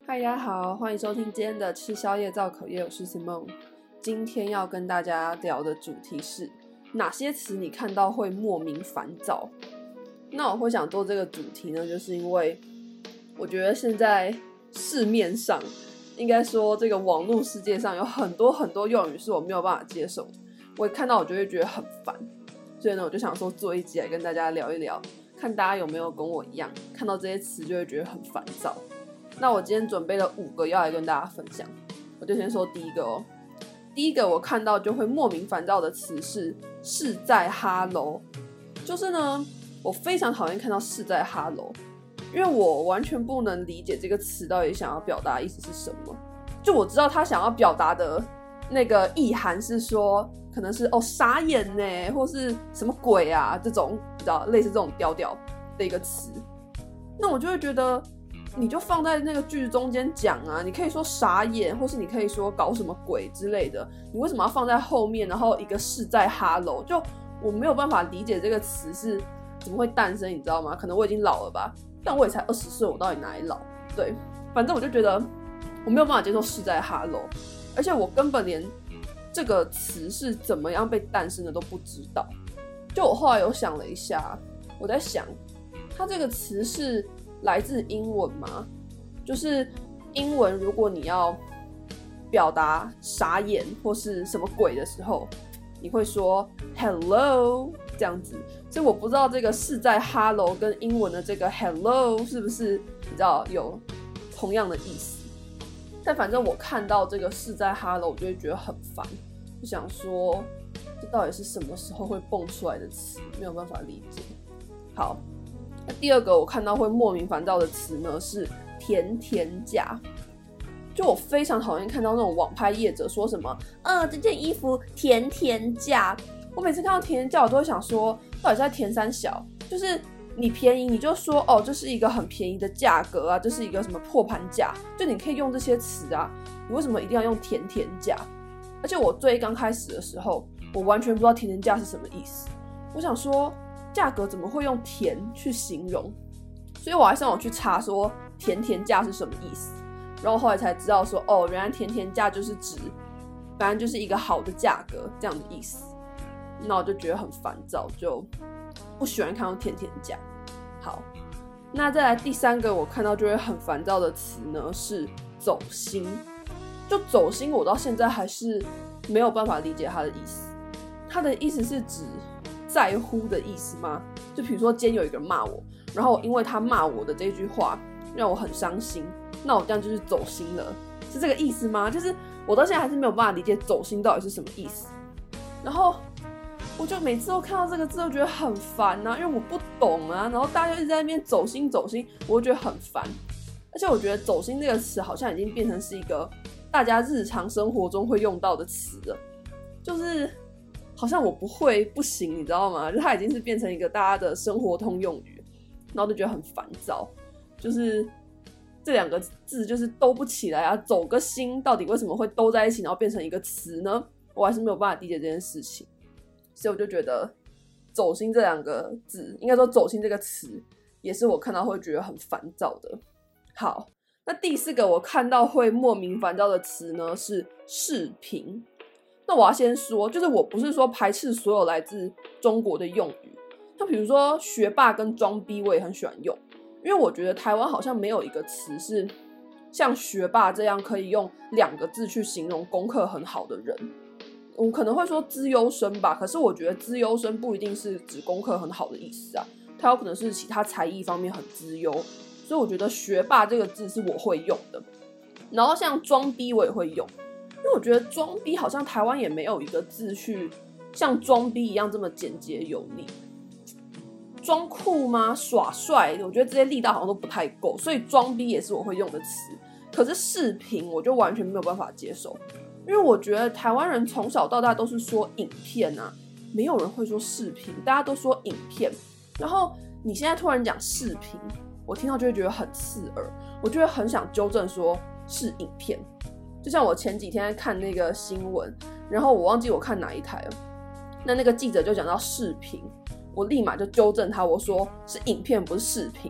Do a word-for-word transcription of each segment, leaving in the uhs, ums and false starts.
嗨，大家好，欢迎收听今天的吃宵夜造口业，我是 Simone。今天要跟大家聊的主题是哪些词你看到会莫名烦躁？那我会想做这个主题呢，就是因为我觉得现在市面上，应该说这个网络世界上有很多很多用语是我没有办法接受的，我一看到我就会觉得很烦，所以呢，我就想说做一集来跟大家聊一聊，看大家有没有跟我一样，看到这些词就会觉得很烦躁。那我今天准备了五个要来跟大家分享，我就先说第一个哦。第一个我看到就会莫名烦躁的词是是在哈喽，就是呢，我非常讨厌看到是在哈喽，因为我完全不能理解这个词到底想要表达的意思是什么。就我知道他想要表达的那个意涵是说，可能是哦傻眼呢，或是什么鬼啊这种，你知道类似这种调调的一个词，那我就会觉得。你就放在那个句子中间讲啊，你可以说傻眼，或是你可以说搞什么鬼之类的，你为什么要放在后面，然后一个是在哈喽？就我没有办法理解这个词是怎么会诞生，你知道吗？可能我已经老了吧，但我也才二十岁，我到底哪里老？对，反正我就觉得我没有办法接受是在哈喽，而且我根本连这个词是怎么样被诞生的都不知道。就我后来有想了一下，我在想，它这个词是来自英文吗？就是英文，如果你要表达傻眼或是什么鬼的时候，你会说 hello 这样子。所以我不知道这个是在 hello 跟英文的这个 hello 是不是你知道有同样的意思。但反正我看到这个是在 hello 我就会觉得很烦，就想说这到底是什么时候会蹦出来的词，没有办法理解。好，那第二个我看到会莫名烦躁的词呢是甜甜价。就我非常讨厌看到那种网拍业者说什么呃这件衣服甜甜价，我每次看到甜甜价我都会想说到底是在甜三小，就是你便宜你就说哦这是一个很便宜的价格啊，这是一个什么破盘价，就你可以用这些词啊，你为什么一定要用甜甜价？而且我最刚开始的时候我完全不知道甜甜价是什么意思，我想说价格怎么会用甜去形容，所以我还上网去查说甜甜价是什么意思，然后后来才知道说哦原来甜甜价就是指反正就是一个好的价格这样的意思。那我就觉得很烦躁，就不喜欢看到甜甜价。好，那再来第三个我看到就会很烦躁的词呢是走心。就走心我到现在还是没有办法理解它的意思。它的意思是指在乎的意思吗？就比如说今天有一个人骂我，然后因为他骂我的这句话让我很伤心，那我这样就是走心了，是这个意思吗？就是我到现在还是没有办法理解走心到底是什么意思。然后我就每次都看到这个字都觉得很烦啊，因为我不懂啊，然后大家就一直在那边走心走心，我就觉得很烦。而且我觉得走心这个词好像已经变成是一个大家日常生活中会用到的词了，就是好像我不会不行，你知道吗？就它已经是变成一个大家的生活通用语，然后就觉得很烦躁。就是这两个字就是兜不起来啊，走个心到底为什么会兜在一起，然后变成一个词呢？我还是没有办法理解这件事情，所以我就觉得走心这两个字，应该说走心这个词，也是我看到会觉得很烦躁的。好，那第四个我看到会莫名烦躁的词呢是视频。那我要先说，就是我不是说排斥所有来自中国的用语，像比如说学霸跟装逼我也很喜欢用，因为我觉得台湾好像没有一个词是像学霸这样可以用两个字去形容功课很好的人。我可能会说资优生吧，可是我觉得资优生不一定是指功课很好的意思啊，它有可能是其他才艺方面很资优，所以我觉得学霸这个字是我会用的。然后像装逼我也会用，因为我觉得装逼好像台湾也没有一个字去像装逼一样这么简洁有力。装酷吗？耍帅，我觉得这些力道好像都不太够，所以装逼也是我会用的词。可是视频我就完全没有办法接受，因为我觉得台湾人从小到大都是说影片啊，没有人会说视频，大家都说影片。然后你现在突然讲视频，我听到就会觉得很刺耳，我就会很想纠正说是影片。就像我前几天看那个新闻，然后我忘记我看哪一台了，那那个记者就讲到视频，我立马就纠正他，我说是影片不是视频。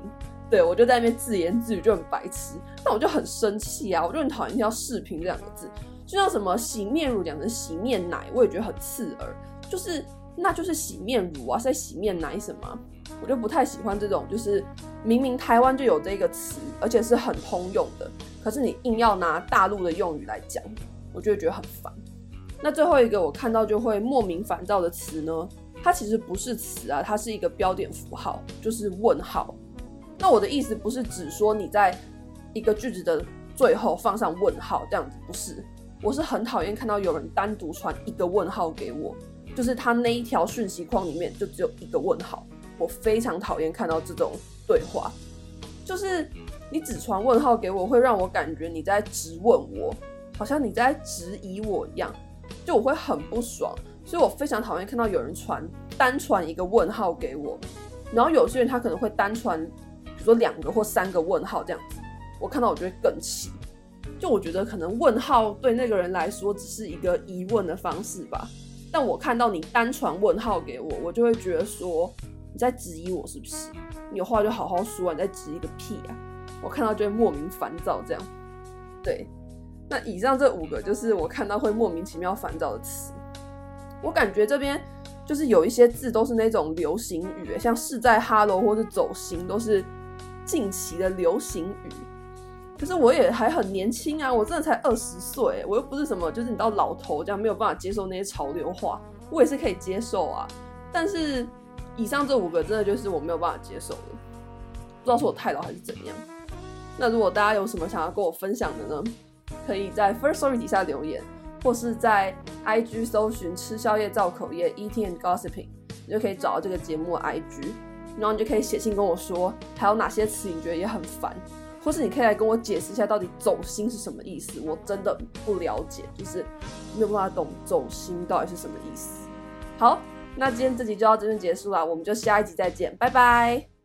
对，我就在那边自言自语，就很白痴。那我就很生气啊，我就很讨厌听到视频这两个字，就像什么洗面乳讲成洗面奶，我也觉得很刺耳。就是那就是洗面乳啊，是在洗面奶什么？我就不太喜欢这种，就是明明台湾就有这个词，而且是很通用的，可是你硬要拿大陆的用语来讲，我就会觉得很烦。那最后一个我看到就会莫名烦躁的词呢，它其实不是词啊，它是一个标点符号，就是问号。那我的意思不是指说你在一个句子的最后放上问号这样子，不是。我是很讨厌看到有人单独传一个问号给我，就是他那一条讯息框里面就只有一个问号。我非常讨厌看到这种对话，就是你只传问号给我，会让我感觉你在质问我，好像你在质疑我一样，就我会很不爽。所以我非常讨厌看到有人传单传一个问号给我，然后有些人他可能会单传比如说两个或三个问号这样子，我看到我就会更气。就我觉得可能问号对那个人来说只是一个疑问的方式吧，但我看到你单传问号给我，我就会觉得说你在质疑我是不是？你有话就好好说啊，你在质疑个屁啊！我看到就会莫名烦躁这样。对，那以上这五个就是我看到会莫名其妙烦躁的词。我感觉这边就是有一些字都是那种流行语，像是在哈喽或是走心都是近期的流行语。可是我也还很年轻啊，我真的才二十岁，我又不是什么就是你知道老头这样没有办法接受那些潮流话，我也是可以接受啊。但是以上这五个真的就是我没有办法接受的，不知道是我太老还是怎样。那如果大家有什么想要跟我分享的呢，可以在 Firstory 底下留言，或是在 I G 搜寻吃宵夜造口业 Eating and Gossiping， 你就可以找到这个节目的 I G， 然后你就可以写信跟我说还有哪些词你觉得也很烦，或是你可以来跟我解释一下到底走心是什么意思，我真的不了解，就是没有办法懂走心到底是什么意思。好，那今天这集就到这边结束了，我们就下一集再见，拜拜。